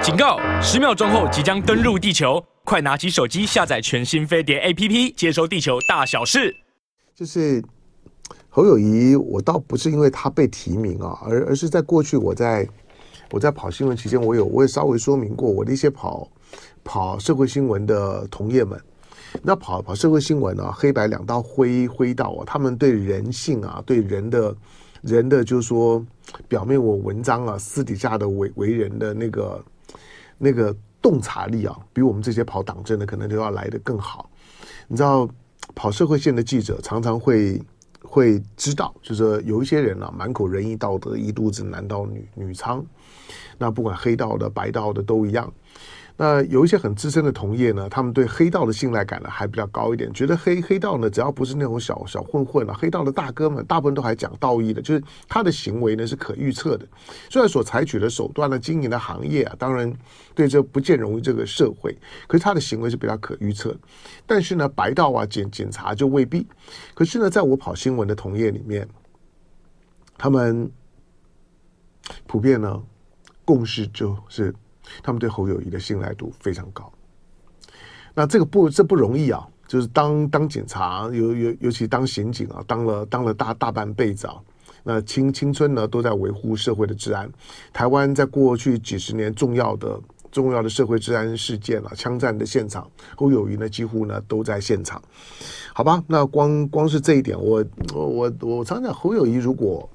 警告！10秒钟后即将登陆地球，快拿起手机下载全新飞碟 APP， 接收地球大小事。 就是侯友宜，我倒不是因为他被提名啊，而是在过去我在跑新闻期间，我也稍微说明过我的一些跑社会新闻的同业们。那跑社会新闻啊，黑白两道灰道啊，他们对人性啊，对人的就是说表面我文章啊，私底下的为人的那个洞察力啊，比我们这些跑党政的可能都要来得更好。你知道，跑社会线的记者常常会知道，就是有一些人啊，满口仁义道德，一肚子男盗女娼，那不管黑道的白道的都一样。那有一些很资深的同业呢，他们对黑道的信赖感呢还比较高一点，觉得黑道呢只要不是那种小混混啊，黑道的大哥们大部分都还讲道义的，就是他的行为呢是可预测的，虽然所采取的手段呢，经营的行业啊，当然对这不见容于这个社会，可是他的行为是比较可预测的。但是呢，白道啊警察就未必。可是呢，在我跑新闻的同业里面，他们普遍呢共识就是他们对侯友宜的信赖度非常高。那这不容易啊，就是当警察，尤其当刑警啊，当了大半辈子啊，那青春呢都在维护社会的治安。台湾在过去几十年重要的社会治安事件啊，枪战的现场，侯友宜呢几乎呢都在现场。好吧，那光是这一点，我常讲侯友宜如果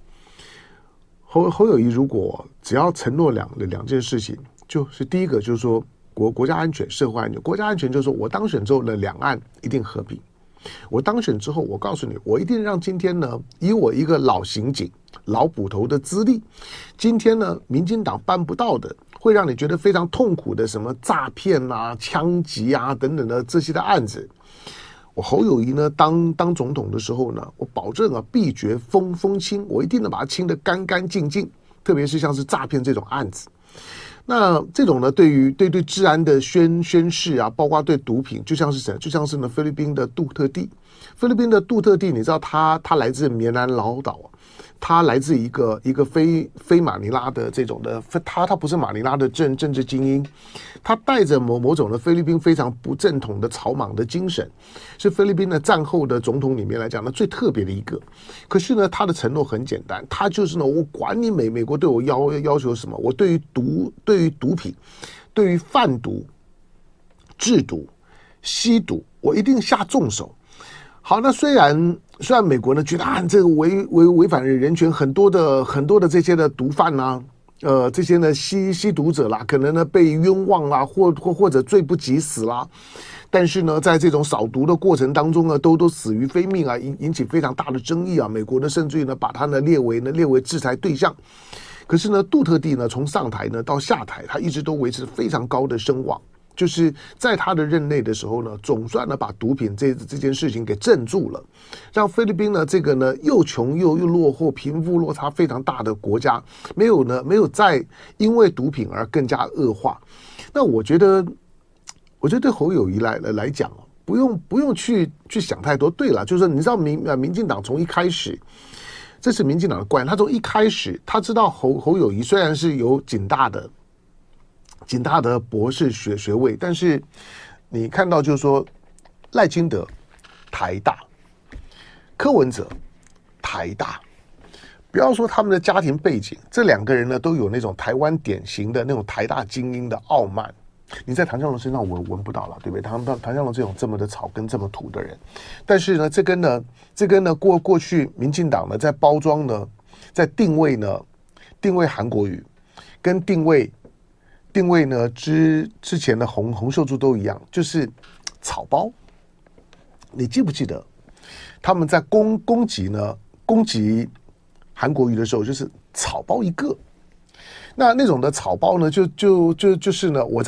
只要承诺两件事情。就是第一个就是说国家安全、社会安全。国家安全就是说我当选之后呢，两岸一定和平。我当选之后，我告诉你，我一定让今天呢，以我一个老刑警、老捕头的资历，今天呢，民进党办不到的，会让你觉得非常痛苦的什么诈骗啊、枪击啊等等的这些的案子，我侯友宜呢当总统的时候呢，我保证啊，必决风清，我一定能把它清得干干净净。特别是像是诈骗这种案子。那这种呢，对治安的宣示啊，包括对毒品，就像是什么？就像是呢菲律宾的杜特地。菲律宾的杜特地，你知道他来自棉兰老岛，他来自一个非马尼拉的这种的，他不是马尼拉的政治精英，他带着某种的菲律宾非常不正统的草莽的精神，是菲律宾的战后的总统里面来讲呢最特别的一个。可是呢，他的承诺很简单，他就是呢，我管你美国对我要求什么，我对于毒品、对于贩毒、制毒、吸毒，我一定下重手。好，那虽然美国呢觉得这个违反人权，很多的这些的毒贩啊，这些呢吸毒者啦，可能呢被冤枉啦，或者罪不及死啦。但是呢，在这种扫毒的过程当中呢，都死于非命啊，引起非常大的争议啊。美国呢，甚至于呢把它呢列为制裁对象。可是呢，杜特地呢从上台呢到下台，他一直都维持非常高的声望。就是在他的任内的时候呢，总算呢把毒品这件事情给镇住了，让菲律宾呢这个呢又穷又落后、贫富落差非常大的国家，没有再因为毒品而更加恶化。那我觉得对侯友宜来讲，不用去想太多。对了，就是说你知道民进党从一开始，这是民进党的惯，他从一开始他知道侯友宜虽然是有警大的博士学位，但是你看到就是说赖清德台大，柯文哲台大，不要说他们的家庭背景，这两个人呢都有那种台湾典型的那种台大精英的傲慢，你在唐湘龙身上闻不到了，对不对？唐湘龙这种这么的草根这么土的人，但是呢，这跟呢过去民进党呢在包装呢，在定位韩国瑜，跟定位呢之前的洪秀柱都一样，就是草包。你记不记得他们在攻击韩国瑜的时候，就是草包一个。那种的草包呢，就是呢，我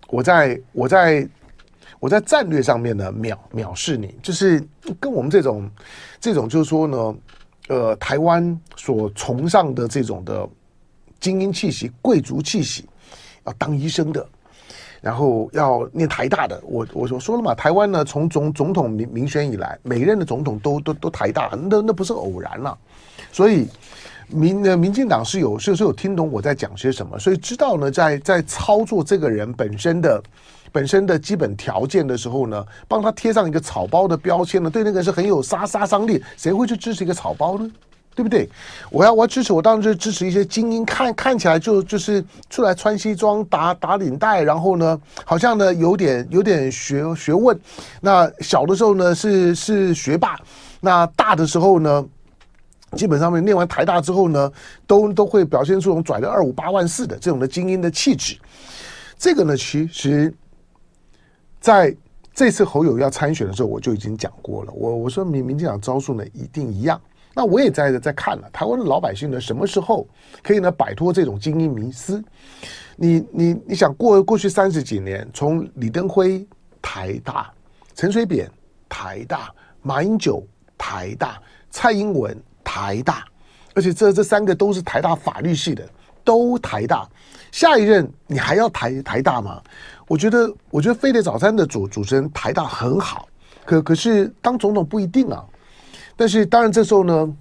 在战略上面呢藐视你，就是跟我们这种就是说呢，台湾所崇尚的这种的精英气息、贵族气息。要当医生的，然后要念台大的。我说了嘛，台湾呢从总统民选以来，每一任的总统都台大，那不是偶然了。所以民进党是有听懂我在讲些什么，所以知道呢，在操作这个人本身的基本条件的时候呢，帮他贴上一个草包的标签呢，对那个人是很有杀伤力。谁会去支持一个草包呢？对不对？我要支持，我当然就支持一些精英，看起来就是出来穿西装、打领带，然后呢，好像呢有点学问。那小的时候呢是学霸，那大的时候呢，基本上面念完台大之后呢，都会表现出这种拽的258万4的这种的精英的气质。这个呢，其实在这次侯友要参选的时候，我就已经讲过了。我说民进党招数呢一定一样。那我也在看了台湾的老百姓呢，什么时候可以呢摆脱这种精英迷思？你想过去30几年，从李登辉台大、陈水扁台大、马英九台大、蔡英文台大，而且这3个都是台大法律系的，都台大。下一任你还要台大吗？我觉得飞碟早餐的主持人台大很好，可是当总统不一定啊。但是当然这时候呢，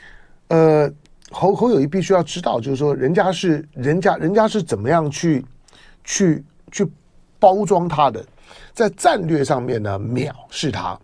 侯友宜必须要知道，就是说人家是怎么样去包装他的，在战略上面呢藐视他，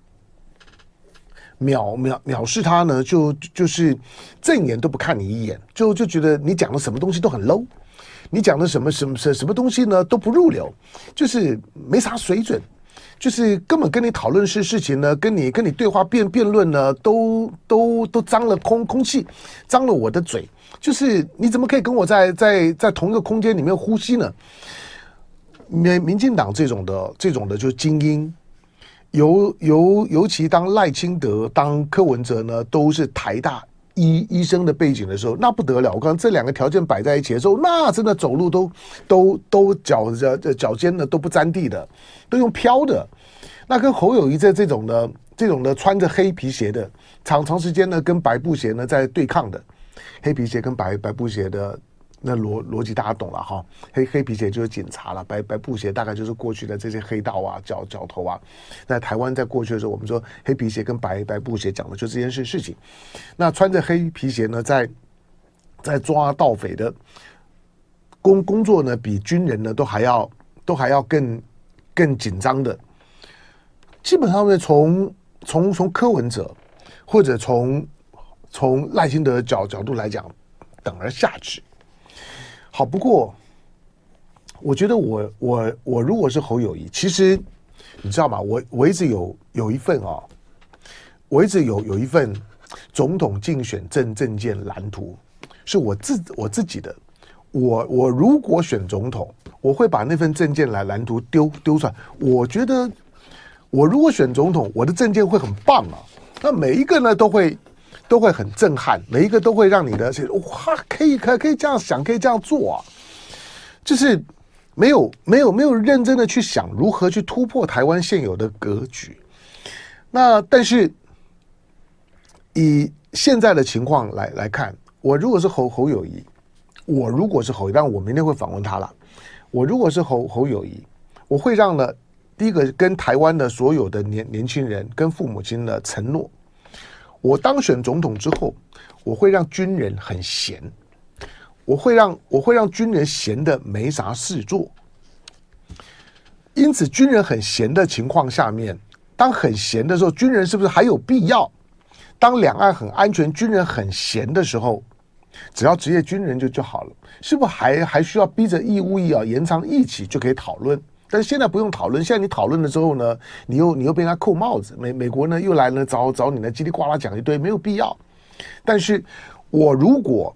藐视他呢就是正眼都不看你一眼，就觉得你讲的什么东西都很 low， 你讲的什么东西呢都不入流，就是没啥水准。就是根本跟你讨论事情呢，跟你对话辩论呢，都脏了空气，脏了我的嘴。就是你怎么可以跟我在同一个空间里面呼吸呢？民进党这种的就是精英，尤其当赖清德、当柯文哲呢，都是台大医生的背景的时候，那不得了！我刚这2个条件摆在一起的时候，那真的走路都脚尖呢都不沾地的，都用飘的。那跟侯友宜这种的穿着黑皮鞋的，长时间呢跟白布鞋呢在对抗的，黑皮鞋跟白布鞋的那逻辑大家懂了哈。黑皮鞋就是警察了，白布鞋大概就是过去的这些黑道啊、角头啊。在台湾在过去的时候，我们说黑皮鞋跟白布鞋讲的就这件事情。那穿着黑皮鞋呢，在抓盗匪的工作呢，比军人呢都还要更紧张的。基本上呢，从柯文哲或者从赖清德的角度来讲，等而下之。好，不过我觉得我如果是侯友宜，其实你知道吗？我一直有一份啊，我一直有一份总统竞选政见蓝图，是我自己的。我如果选总统，我会把那份政见蓝图丢出来。我觉得我如果选总统，我的政见会很棒啊。那每一个呢都会很震撼，每一个都会让你的哇，可以这样想，可以这样做啊。就是没有认真的去想如何去突破台湾现有的格局。那但是以现在的情况来看，我如果是侯友宜，当然我明天会访问他了。我如果是侯友宜，我会让呢第一个跟台湾的所有的年轻人跟父母亲的承诺，我当选总统之后，我会让军人很闲，我会让军人闲的没啥事做。因此军人很闲的情况下面，当很闲的时候，军人是不是还有必要？当两岸很安全，军人很闲的时候，只要职业军人就好了，是不是还需要逼着义务役啊延长役期就可以讨论？但是现在不用讨论，现在你讨论了之后呢，你又被他扣帽子，美国呢又来呢找你呢叽里呱啦讲一堆，没有必要。但是我如果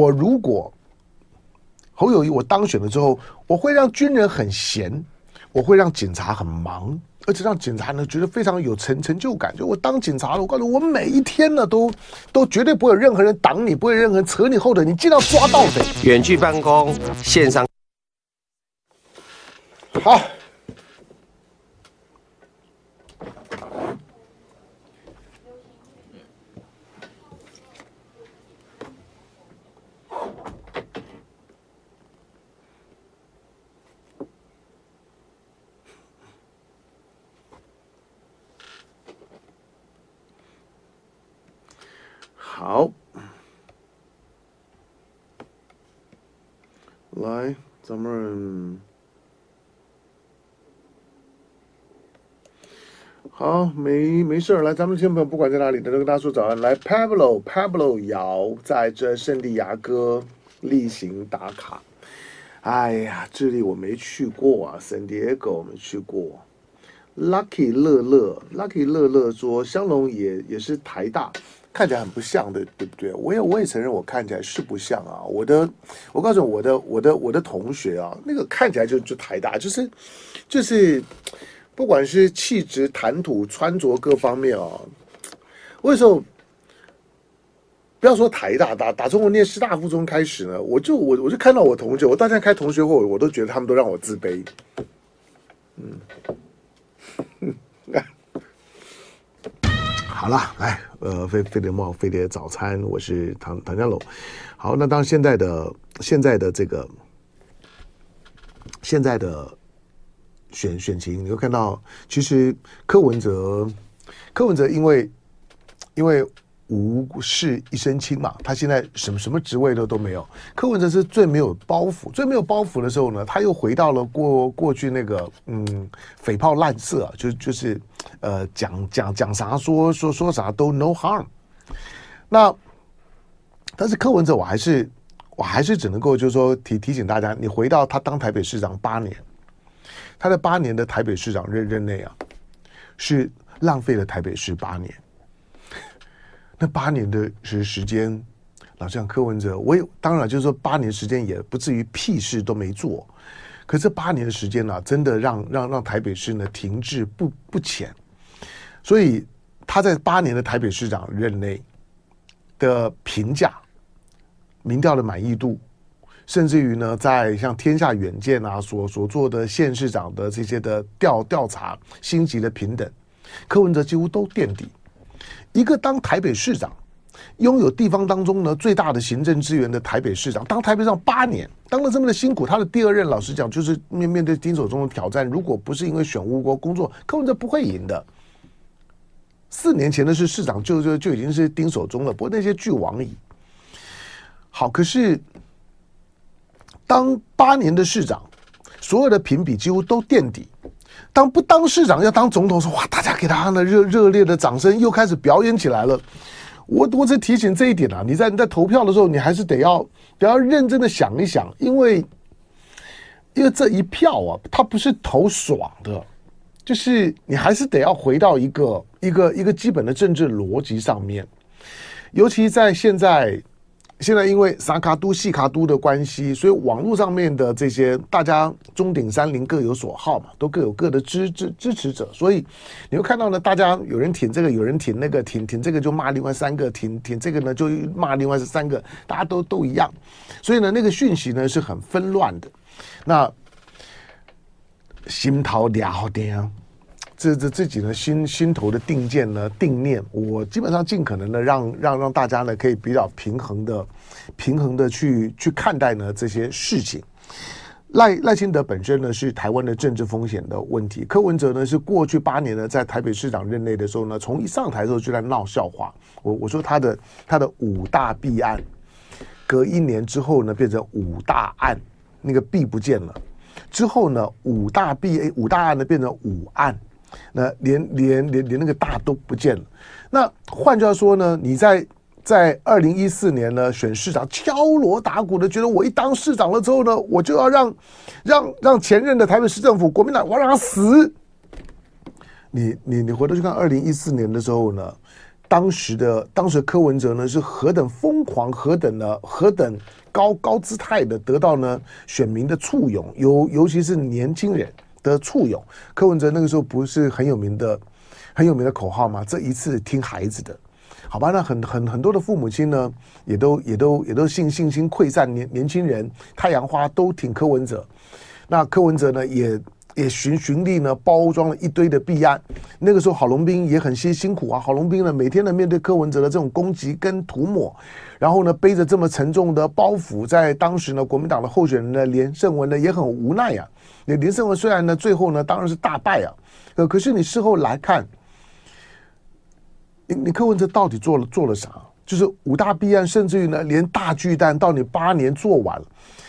侯友宜我当选了之后，我会让军人很闲，我会让警察很忙，而且让警察呢觉得非常有成就感。就我当警察了，我告诉你，我每一天呢都绝对不会有任何人挡你，不会有任何人扯你后腿，你尽量抓到匪。 远距办公，线上。 好，好， 来，咱们好，没事来，咱们听众朋友不管在哪里，都跟大家说早安。来 ，Pablo 姚在这圣地亚哥例行打卡。哎呀，智利我没去过啊，San Diego 我没去过。Lucky 乐乐说，香龙也是台大，看起来很不像的，对不对？我也承认我看起来是不像啊。我告诉我的同学啊，那个看起来就台大，就是不管是气质、谈吐、穿着各方面啊，我有时候不要说台大，打中国念师大附中开始呢，我就看到我同学，我到现在开同学会，我都觉得他们都让我自卑。好了，来，飞碟猫飞碟早餐，我是唐家龙。好，那当现在的选情，你会看到，其实柯文哲因为无事一身轻嘛，他现在什么职位都没有。柯文哲是最没有包袱的时候呢，他又回到了过去那个匪炮烂射啊，就是讲啥说啥都 no harm。那但是柯文哲我还是只能够就是说提醒大家，你回到他当台北市长8年，他在8年的台北市长任内啊，是浪费了台北市8年。那8年的时间，老实讲，柯文哲，当然就是说8年时间也不至于屁事都没做，可是这8年的时间呢，真的让台北市呢停滞不前，所以他在8年的台北市长任内的评价、民调的满意度，甚至于呢，在像天下远见啊所做的县市长的这些的调查、星级的评等，柯文哲几乎都垫底。一个当台北市长，拥有地方当中呢最大的行政资源的台北市长，当台北市长8年，当了这么的辛苦，他的第2任老实讲就是面对丁守中的挑战，如果不是因为选务国工作，柯文哲不会赢的。4年前的是市长就已经是丁守中了，不过那些俱往矣。好，可是当8年的市长，所有的评比几乎都垫底。当不当市长要当总统的时候，哇，大家给他的热烈的掌声又开始表演起来了。我只提醒这一点啊，你在投票的时候，你还是得要认真的想一想，因为这一票啊，它不是投爽的，就是你还是得要回到一个基本的政治逻辑上面，尤其在现在因为撒卡都细卡都的关系，所以网络上面的这些大家中鼎山林各有所好嘛，都各有各的支持者，所以你会看到呢，大家有人挺这个，有人挺那个，挺这个就骂另外3个，挺这个呢就骂另外3个，大家都一样，所以呢那个讯息呢是很纷乱的。那心头了点。这自己呢心头的定见呢定念，我基本上尽可能的让大家呢可以比较平衡的去看待呢这些事情。赖清德本身呢是台湾的政治风险的问题，柯文哲呢是过去8年呢在台北市长任内的时候呢，从一上台的时候就在闹笑话。我说他的5大弊案，隔1年之后呢变成5大案，那个弊不见了，之后呢5大案呢变成5案。那连那个大都不见了。那换句话说呢，你在2014年呢选市长，敲锣打鼓的觉得我一当市长了之后呢，我就要让前任的台北市政府国民党，我要让他死。你回头去看2014年的时候呢，当时柯文哲呢是何等疯狂，何等高姿态的得到呢选民的簇拥，尤其是年轻人的簇拥。柯文哲那个时候不是很有名的口号吗？这一次听孩子的，好吧？那很多的父母亲呢，也都信心溃散，年轻人太阳花都挺柯文哲。那柯文哲呢，也循例呢包装了一堆的弊案。那个时候郝龙斌也很辛苦啊，郝龙斌呢每天呢面对柯文哲的这种攻击跟涂抹，然后呢背着这么沉重的包袱，在当时呢国民党的候选人呢连胜文呢也很无奈啊。连胜文虽然呢最后呢当然是大败啊，可是你事后来看，你柯文哲到底做了啥？就是5大弊案，甚至于呢连大巨蛋到你8年做完了。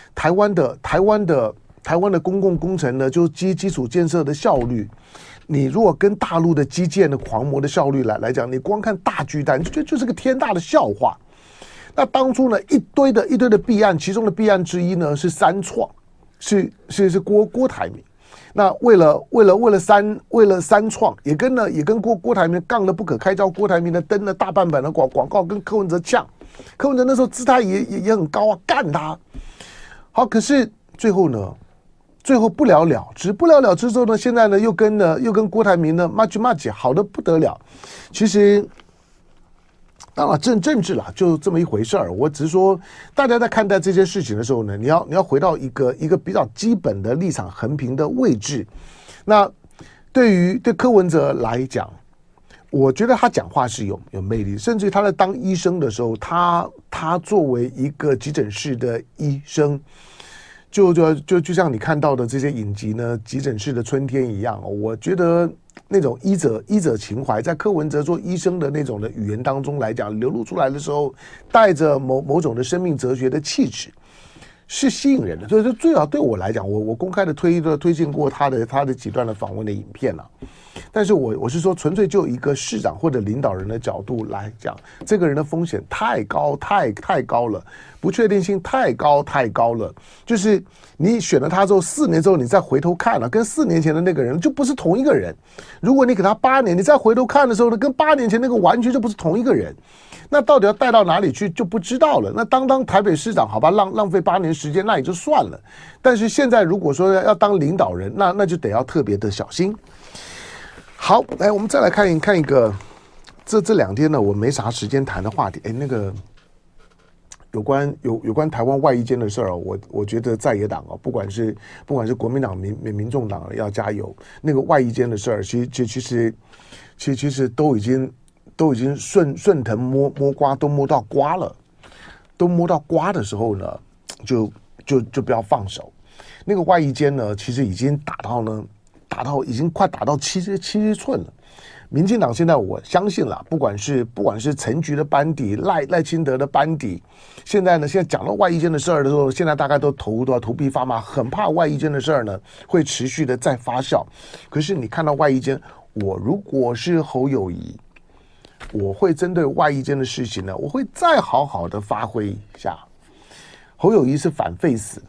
台湾的公共工程呢，就基础建设的效率，你如果跟大陆的基建的狂魔的效率来讲，你光看大巨蛋，就觉得就是个天大的笑话。那当初呢，一堆的弊案，其中的弊案之一呢是三创，是郭台铭。那为了三创，也跟郭台铭杠得不可开交，郭台铭呢登了大半版的广告，跟柯文哲呛，柯文哲那时候姿态也很高啊，干他。好，可是最后不了了之之后呢，现在呢又跟郭台铭呢骂起好的不得了。其实当然政治啦，就这么一回事儿。我只是说，大家在看待这件事情的时候呢，你要回到一个比较基本的立场横平的位置。那对柯文哲来讲，我觉得他讲话是有魅力，甚至于他在当医生的时候，他作为一个急诊室的医生。就像你看到的这些影集呢，急诊室的春天一样，我觉得那种医者情怀，在柯文哲做医生的那种的语言当中来讲，流露出来的时候，带着某种的生命哲学的气质，是吸引人的。所以最好对我来讲，我公开的推荐过他的几段的访问的影片啊。但是我是说，纯粹就一个市长或者领导人的角度来讲，这个人的风险太高了，不确定性太高了。就是你选了他之后，4年之后你再回头看了，跟4年前的那个人就不是同一个人。如果你给他8年，你再回头看的时候呢，跟8年前那个完全就不是同一个人。那到底要带到哪里去就不知道了。那当台北市长，好吧，浪费8年时间，那也就算了。但是现在如果说要当领导人，那就得要特别的小心。好，来，我们再来看一个，这2天呢，我没啥时间谈的话题。那个有关台湾外衣间的事儿，我觉得在野党不管是国民党、民众党要加油。那个外衣间的事儿，其实都已经顺藤摸瓜，都摸到瓜了，都摸到瓜的时候呢，就不要放手。那个外衣间呢，其实已经打到已经快打到70寸了。民进党现在我相信了，不管是陈菊的班底、赖清德的班底，现在讲到外衣间的事儿的时候，现在大概都头皮发麻，很怕外衣间的事儿呢会持续的再发酵。可是你看到外衣间，我如果是侯友宜，我会针对外衣间的事情呢，我会再好好的发挥一下。侯友宜是反废死的。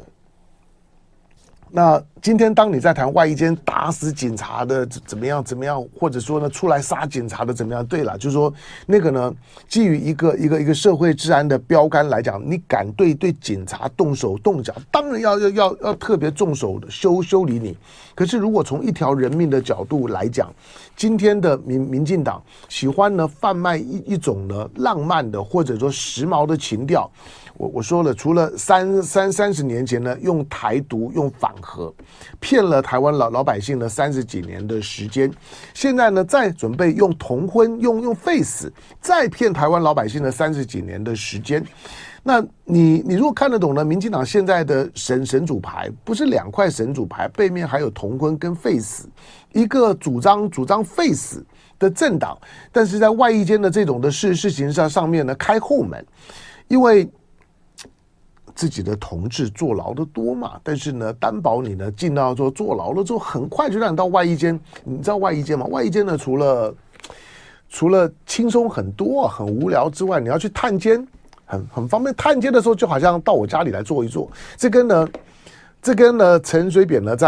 那今天当你在谈外衣间打死警察的怎么样，或者说呢出来杀警察的怎么样？对了，就是说那个呢，基于一个社会治安的标杆来讲，你敢对警察动手动脚，当然要特别重手的修理你。可是如果从一条人命的角度来讲，今天的民进党喜欢呢贩卖一种呢浪漫的或者说时髦的情调。我说了，除了30年前呢，用台独、用反核骗了台湾老百姓的30几年的时间，现在呢，再准备用同婚、用废死，再骗台湾老百姓的30几年的时间。那你如果看得懂呢，民进党现在的神主牌不是2块神主牌，背面还有同婚跟废死，一个主张废死的政党，但是在外衣间的这种的事情上面呢，开后门，因为自己的同志坐牢的多嘛，但是呢，担保你呢进到说坐牢了之后，很快就让你到外衣间。你知道外衣间吗？外衣间呢，除了轻松很多、很无聊之外，你要去探监，很方便。探监的时候，就好像到我家里来坐一坐。这跟呢陈水扁呢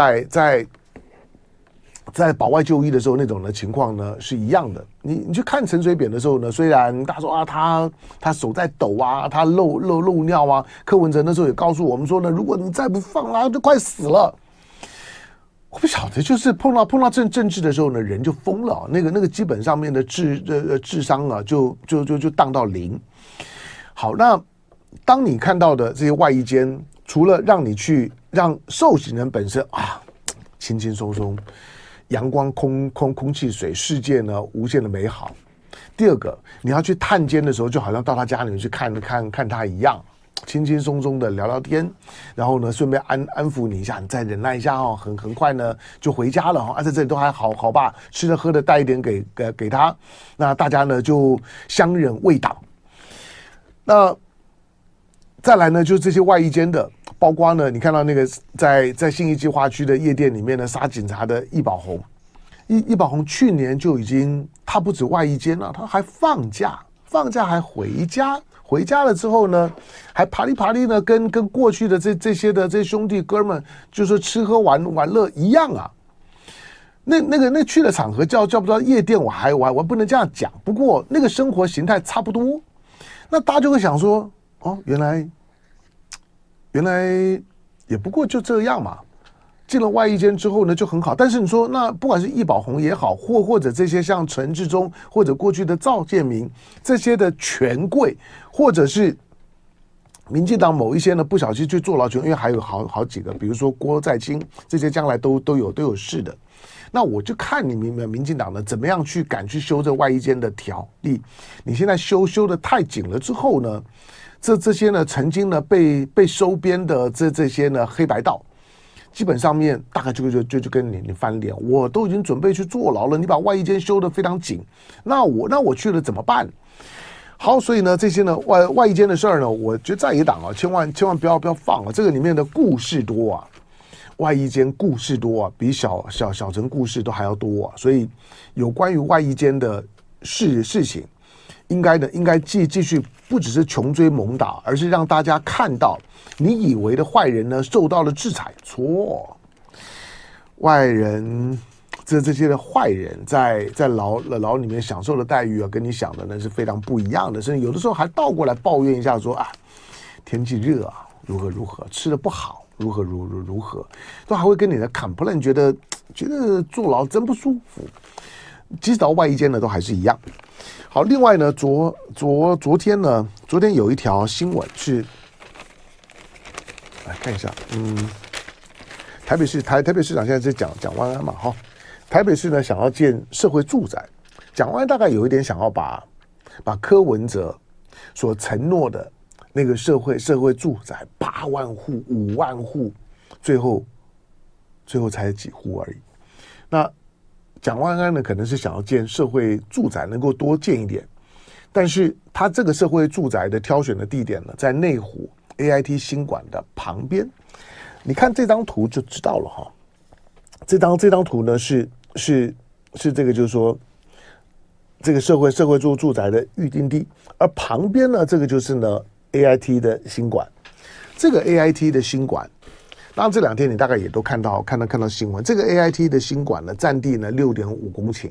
在保外就医的时候那种的情况呢是一样的。你去看陈水扁的时候呢，虽然大家说啊他手在抖啊，他漏尿啊，柯文哲那时候也告诉我们说呢，如果你再不放啦，就快死了。我不晓得，就是碰到政治的时候呢，人就疯了，那个基本上面的智商啊，就荡到0。好，那当你看到的这些外衣间，除了让受刑人本身啊轻轻松松。阳光、空气、水，世界呢无限的美好。第二个，你要去探监的时候，就好像到他家里面去看他一样，轻轻松松的聊聊天，然后呢，顺便安抚你一下，你再忍耐一下哦，很快呢就回家了哈。在这里都还好吧，吃的喝的带一点给他，那大家呢就相忍未挡。那再来呢，就是这些外衣间的。 包括呢，你看到那个在信义计划区的夜店里面呢杀警察的易宝红，易宝红去年就已经，他不止外衣间了，他还放假还回家。回家了之后呢，还爬哩呢，跟过去的这些兄弟哥们，就是吃喝玩乐一样啊。那去的场合叫不到夜店，我还不能这样讲。不过那个生活形态差不多，那大家就会想说，哦，原来也不过就这样嘛。进了外衣间之后呢，就很好。但是你说，那不管是易宝红也好，或者这些像陈志忠或者过去的赵建明这些的权贵，或者是民进党某一些呢不小心去坐牢，因为还有好几个，比如说郭在清这些将来都有事的。那我就看你们民进党呢怎么样去敢去修这外衣间的条例。你现在修的太紧了之后呢，这些呢曾经呢被收编的这些呢黑白道。基本上面大概就跟你翻脸，我都已经准备去坐牢了，你把外衣间修得非常紧，那我去了怎么办？好，所以呢这些呢外衣间的事儿呢，我觉得在野党啊，千万不要放了，这个里面的故事多啊，外衣间故事多啊，比小城故事都还要多啊，所以有关于外衣间的事情，应该继续不只是穷追猛打，而是让大家看到。你以为的坏人呢受到了制裁，错。外人这些的坏人在牢里面享受的待遇啊，跟你想的呢是非常不一样的，甚至有的时候还倒过来抱怨一下说啊，天气热啊，如何，吃的不好，如何，都还会跟你的 complain， 觉得坐牢真不舒服。即使到外衣间呢，都还是一样。好，另外呢，昨天有一条新闻是。来看一下，台北市长现在在讲万安嘛，哈，台北市呢想要建社会住宅，蒋万安大概有一点想要把柯文哲所承诺的那个社会住宅8万户、5万户，最后才几户而已。那蒋万安呢，可能是想要建社会住宅能够多建一点，但是他这个社会住宅的挑选的地点呢，在内湖。AIT 新馆的旁边，你看这张图就知道了哈。这张图呢是这个，就是说这个社会住宅的预定地，而旁边呢这个就是呢 AIT 的新馆。这个 AIT 的新馆，当然这2天你大概也都看到新闻。这个 AIT 的新馆呢，占地呢6.5公顷。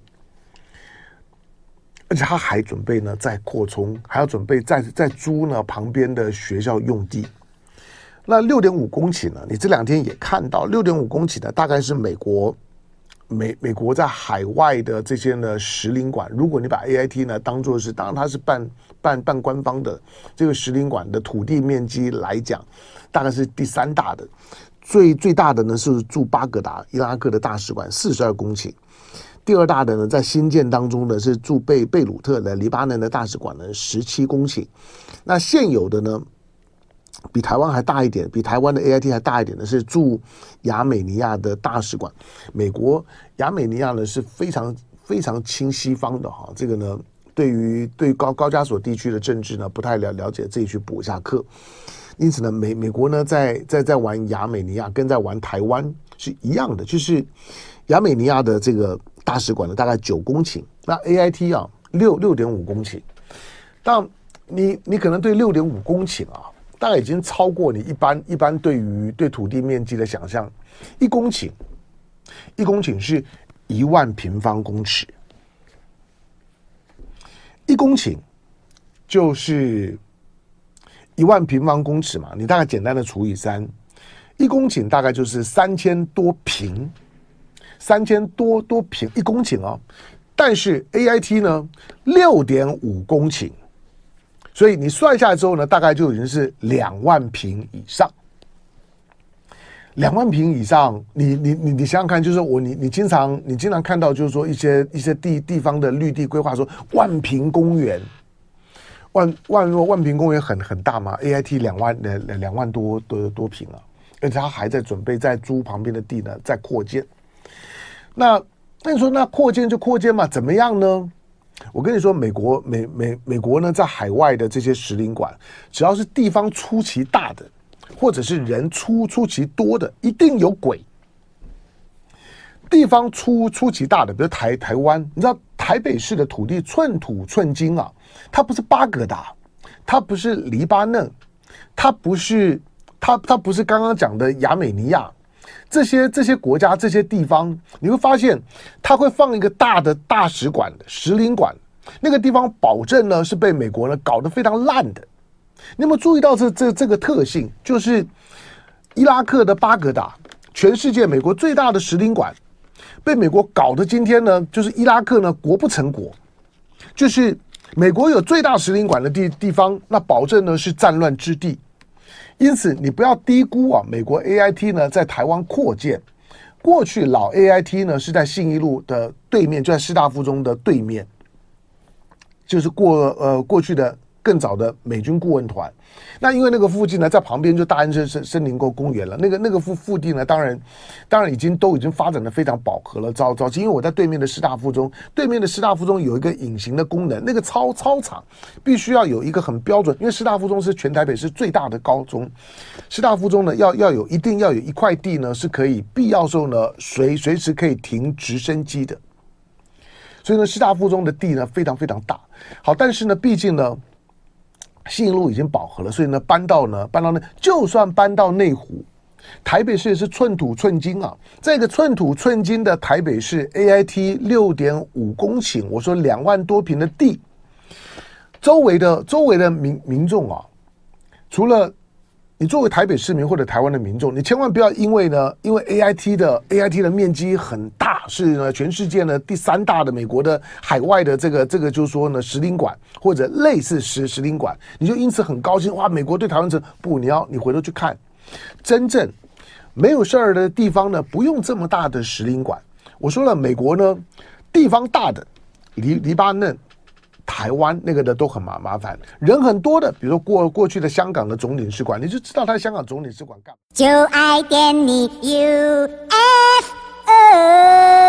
而且他还准备呢再扩充，还要准备再租呢旁边的学校用地。那6.5公顷呢，你这2天也看到6.5公顷呢，大概是美国在海外的这些呢实领馆。如果你把 AIT 呢当作是，当然它是办官方的这个实领馆的土地面积来讲，大概是第3大的。最大的呢是驻巴格达伊拉克的大使馆42公顷。第2大的呢，在新建当中呢是驻贝鲁特的黎巴嫩的大使馆呢17公顷。那现有的呢，比台湾还大一点，比台湾的 AIT 还大一点的是驻亚美尼亚的大使馆。美国亚美尼亚呢是非常亲西方的哈，这个呢对于高加索地区的政治呢不太了解，自己去补一下课。因此呢，美国呢在玩亚美尼亚，跟在玩台湾是一样的，就是亚美尼亚的这个大使馆呢大概9公顷，那 AIT 啊6.5公顷。但你可能对6.5公顷啊，大概已经超过你一般对土地面积的想象。1公顷是1万平方公尺，1公顷就是1万平方公尺嘛，你大概简单的除以3，1公顷大概就是3000多平，3000多平1公顷哦。但是 AIT 呢6.5公顷，所以你算下来之后呢，大概就已经是2万平以上。2万平以上，你想想看，就是你经常看到，就是说一些地方的绿地规划说万平公园。万平公园很大嘛 ，AIT 2万多平啊，而且他还在准备在租旁边的地呢，再扩建。那你说那扩建就扩建嘛，怎么样呢？我跟你说，美国呢，在海外的这些实领馆，只要是地方出奇大的， 或者是人出奇多的，一定有鬼。地方出奇大的，比如台湾，你知道台北市的土地寸土寸金啊，它不是巴格达，它不是黎巴嫩，它不是刚刚讲的亚美尼亚，这些国家这些地方，你会发现它会放一个大的大使馆的使领馆，那个地方保证呢是被美国呢搞得非常烂的。你有没有注意到这个特性？就是伊拉克的巴格达，全世界美国最大的使领馆，被美国搞得今天呢，就是伊拉克呢国不成国，就是美国有最大使领馆的地方，那保证呢是战乱之地。因此，你不要低估啊，美国 AIT 呢在台湾扩建。过去老 AIT 呢是在信义路的对面，就在师大附中的对面，就是过去的更早的美军顾问团。那因为那个附近呢，在旁边就大安森林公园了。那个腹地呢，当然都已经发展的非常饱和了。早期因为我在对面的师大附中，有一个隐形的功能，那个操场必须要有一个很标准，因为师大附中是全台北市最大的高中。师大附中呢一定要有一块地呢是可以必要时候呢随时可以停直升机的。所以呢，师大附中的地呢非常非常大。好，但是呢，毕竟呢，信义路已经饱和了，所以呢，搬到就算搬到内湖，台北市也是寸土寸金啊。这个寸土寸金的台北市 AIT 6.5公顷，我说2万多平的地，周围的民众啊，除了你作为台北市民或者台湾的民众，你千万不要因为 AIT 的面积很大，是呢全世界呢第3大的美国的海外的这个就是说呢使领馆或者类似使领馆，你就因此很高兴哇！美国对台湾不，你回头去看，真正没有事儿的地方呢，不用这么大的使领馆。我说了，美国呢地方大的黎巴嫩、台湾那个的都很麻烦，人很多的，比如说过去的香港的总领事馆，你就知道他香港总领事馆干嘛。 就爱点你 UFO。